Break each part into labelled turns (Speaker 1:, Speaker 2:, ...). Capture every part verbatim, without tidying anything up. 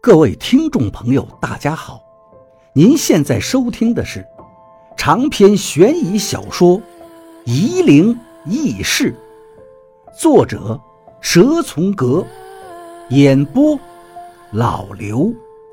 Speaker 1: 各位听众朋友大家好，您现在收听的是长篇悬疑小说《夷陵轶事》，作者蛇从阁，演播老刘。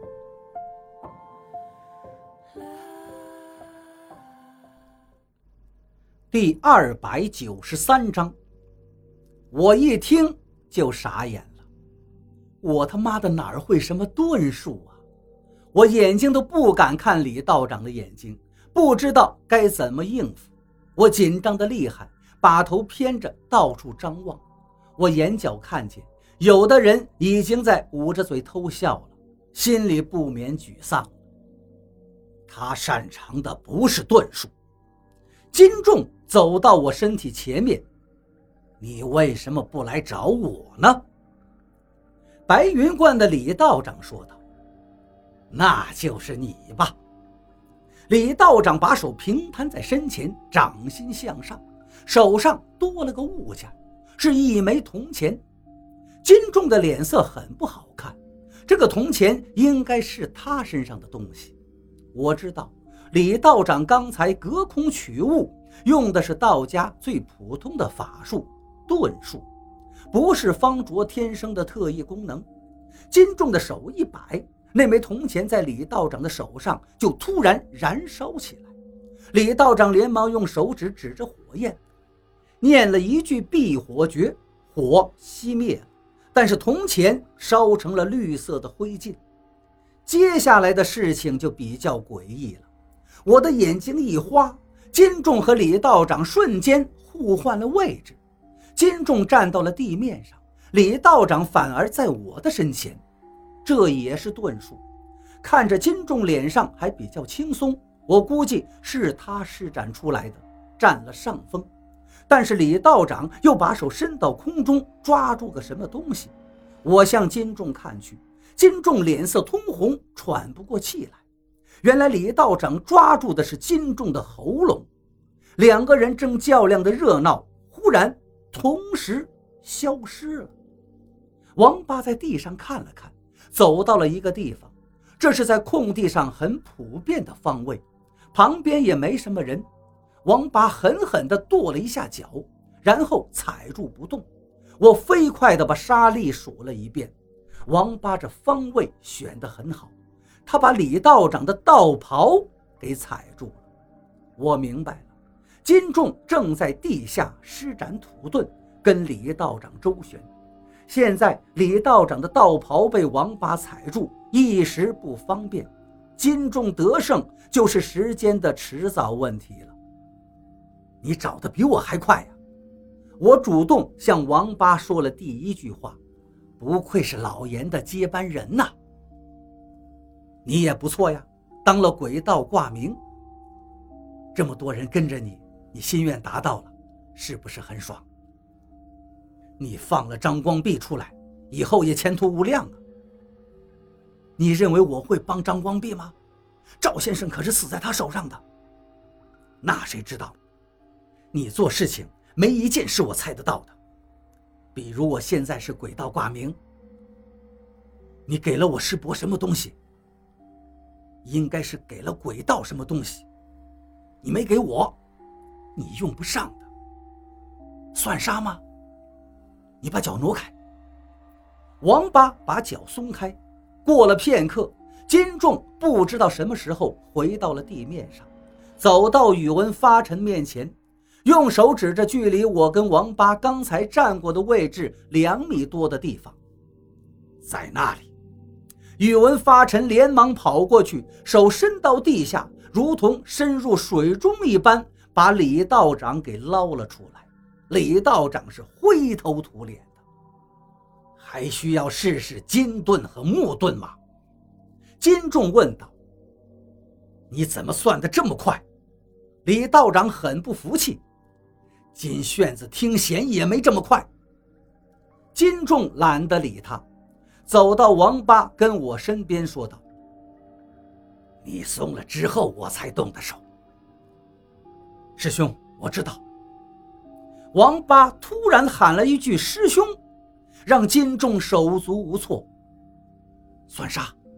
Speaker 1: 第二百九十三章，我一听就傻眼了，我他妈的哪儿会什么遁术啊？我眼睛都不敢看李道长的眼睛，不知道该怎么应付。我紧张的厉害，把头偏着到处张望。我眼角看见有的人已经在捂着嘴偷笑了，心里不免沮丧。他擅长的不是遁术。金仲走到我身体前面，你为什么不来找我呢？白云观的李道长说道。那就是你吧。李道长把手平摊在身前，掌心向上，手上多了个物件，是一枚铜钱。金仲的脸色很不好看，这个铜钱应该是他身上的东西。我知道李道长刚才隔空取物用的是道家最普通的法术遁术，不是方卓天生的特异功能。金仲的手一摆，那枚铜钱在李道长的手上就突然燃烧起来。李道长连忙用手指指着火焰，念了一句避火诀，火熄灭了，但是铜钱烧成了绿色的灰烬。接下来的事情就比较诡异了，我的眼睛一花，金仲和李道长瞬间互换了位置，金仲站到了地面上，李道长反而在我的身前。这也是遁术。看着金仲脸上还比较轻松，我估计是他施展出来的，占了上风。但是李道长又把手伸到空中，抓住个什么东西。我向金仲看去，金仲脸色通红，喘不过气来。原来李道长抓住的是金仲的喉咙。两个人正较量的热闹，忽然同时消失了。王八在地上看了看，走到了一个地方，这是在空地上很普遍的方位，旁边也没什么人。王八狠狠地跺了一下脚，然后踩住不动。我飞快地把沙粒数了一遍，王八这方位选得很好，他把李道长的道袍给踩住了。我明白了，金仲正在地下施展土遁，跟李道长周旋。现在李道长的道袍被王八踩住，一时不方便，金仲得胜就是时间的迟早问题了。你找得比我还快呀！我主动向王八说了第一句话，不愧是老严的接班人呐。你也不错呀，当了鬼道挂名，这么多人跟着你，你心愿达到了，是不是很爽？你放了张光弼出来，以后也前途无量啊。你认为我会帮张光弼吗？赵先生可是死在他手上的。那谁知道，你做事情没一件是我猜得到的。比如我现在是鬼道挂名，你给了我师伯什么东西？应该是给了鬼道什么东西，你没给我，你用不上的。算杀吗？你把脚挪开。王八把脚松开，过了片刻，金仲不知道什么时候回到了地面上，走到宇文发沉面前，用手指着距离我跟王八刚才站过的位置两米多的地方。在那里。宇文发沉连忙跑过去，手伸到地下，如同深入水中一般，把李道长给捞了出来。李道长是灰头土脸的。还需要试试金遁和木遁吗？金仲问道。你怎么算得这么快？李道长很不服气。金炫子听弦也没这么快。金仲懒得理他，走到王八跟我身边说道。你松了之后我才动的手。师兄，我知道。王八突然喊了一句师兄，让金仲手足无措。算杀，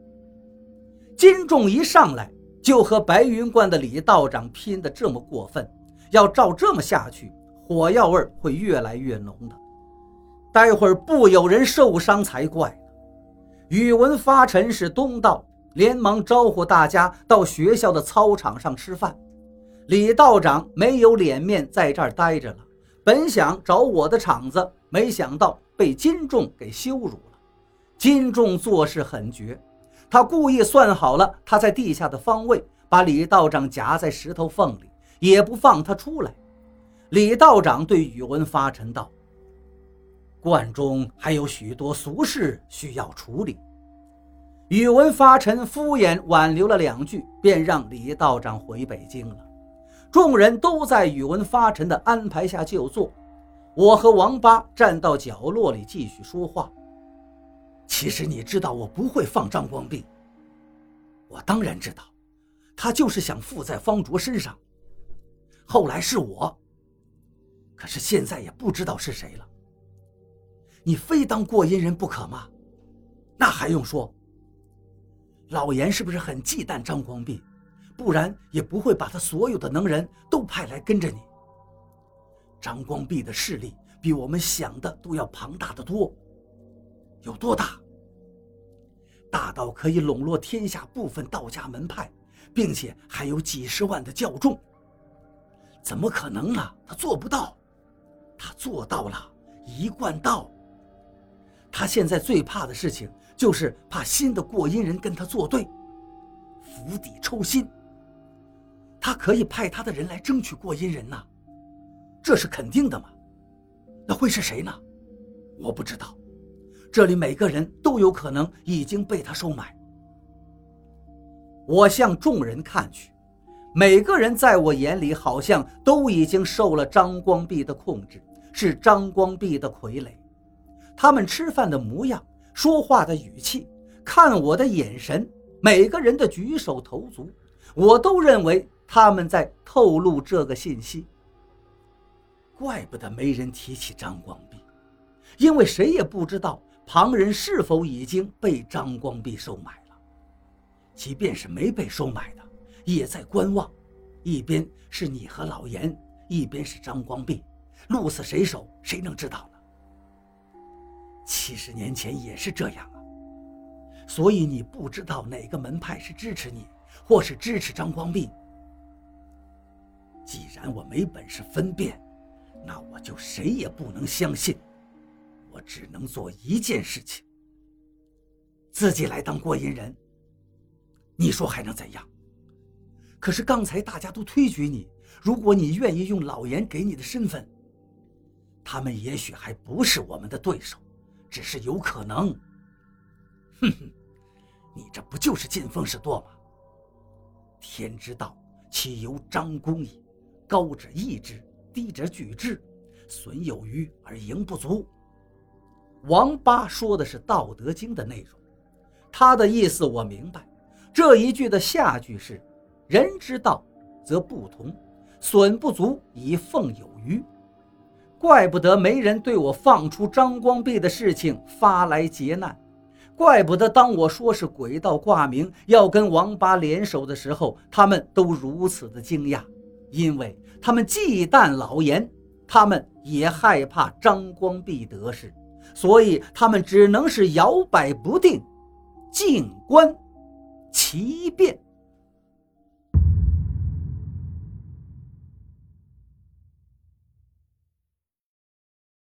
Speaker 1: 金仲一上来就和白云观的李道长拼得这么过分，要照这么下去，火药味会越来越浓的，待会儿不有人受伤才怪呢。宇文发沉是东道，连忙招呼大家到学校的操场上吃饭。李道长没有脸面在这儿待着了，本想找我的场子，没想到被金仲给羞辱了。金仲做事很绝，他故意算好了他在地下的方位，把李道长夹在石头缝里，也不放他出来。李道长对宇文发沉道：观中还有许多俗事需要处理。宇文发沉敷衍挽留了两句，便让李道长回北京了。众人都在宇文发沉的安排下就坐，我和王八站到角落里继续说话。其实你知道我不会放张光弼。我当然知道，他就是想附在方卓身上，后来是我，可是现在也不知道是谁了。你非当过阴人不可吗？那还用说。老严是不是很忌惮张光弼？不然也不会把他所有的能人都派来跟着你。张光弼的势力比我们想的都要庞大得多。有多大？大到可以笼络天下部分道家门派，并且还有几十万的教众。怎么可能呢？他做不到。他做到了，一贯道。他现在最怕的事情就是怕新的过阴人跟他作对，釜底抽薪。他可以派他的人来争取过阴人呐，这是肯定的嘛。那会是谁呢？我不知道，这里每个人都有可能已经被他收买。我向众人看去，每个人在我眼里好像都已经受了张光弼的控制，是张光弼的傀儡。他们吃饭的模样，说话的语气，看我的眼神，每个人的举手投足，我都认为他们在透露这个信息。怪不得没人提起张光弼，因为谁也不知道旁人是否已经被张光弼收买了。即便是没被收买的，也在观望，一边是你和老严，一边是张光弼，鹿死谁手谁能知道呢？七十年前也是这样啊，所以你不知道哪个门派是支持你，或是支持张光弼。既然我没本事分辨，那我就谁也不能相信。我只能做一件事情，自己来当过阴人。你说还能怎样？可是刚才大家都推举你，如果你愿意用老严给你的身份，他们也许还不是我们的对手，只是有可能。哼哼，你这不就是见风使舵吗？天之道，岂由张公矣？高者抑之，低者举之，损有余而盈不足。王八说的是《道德经》的内容，他的意思我明白。这一句的下句是：人之道则不同，损不足以奉有余。怪不得没人对我放出张光弼的事情发来劫难，怪不得当我说是鬼道挂名要跟王八联手的时候，他们都如此的惊讶，因为他们忌惮老严，他们也害怕张光弼得势，所以他们只能是摇摆不定，静观其变。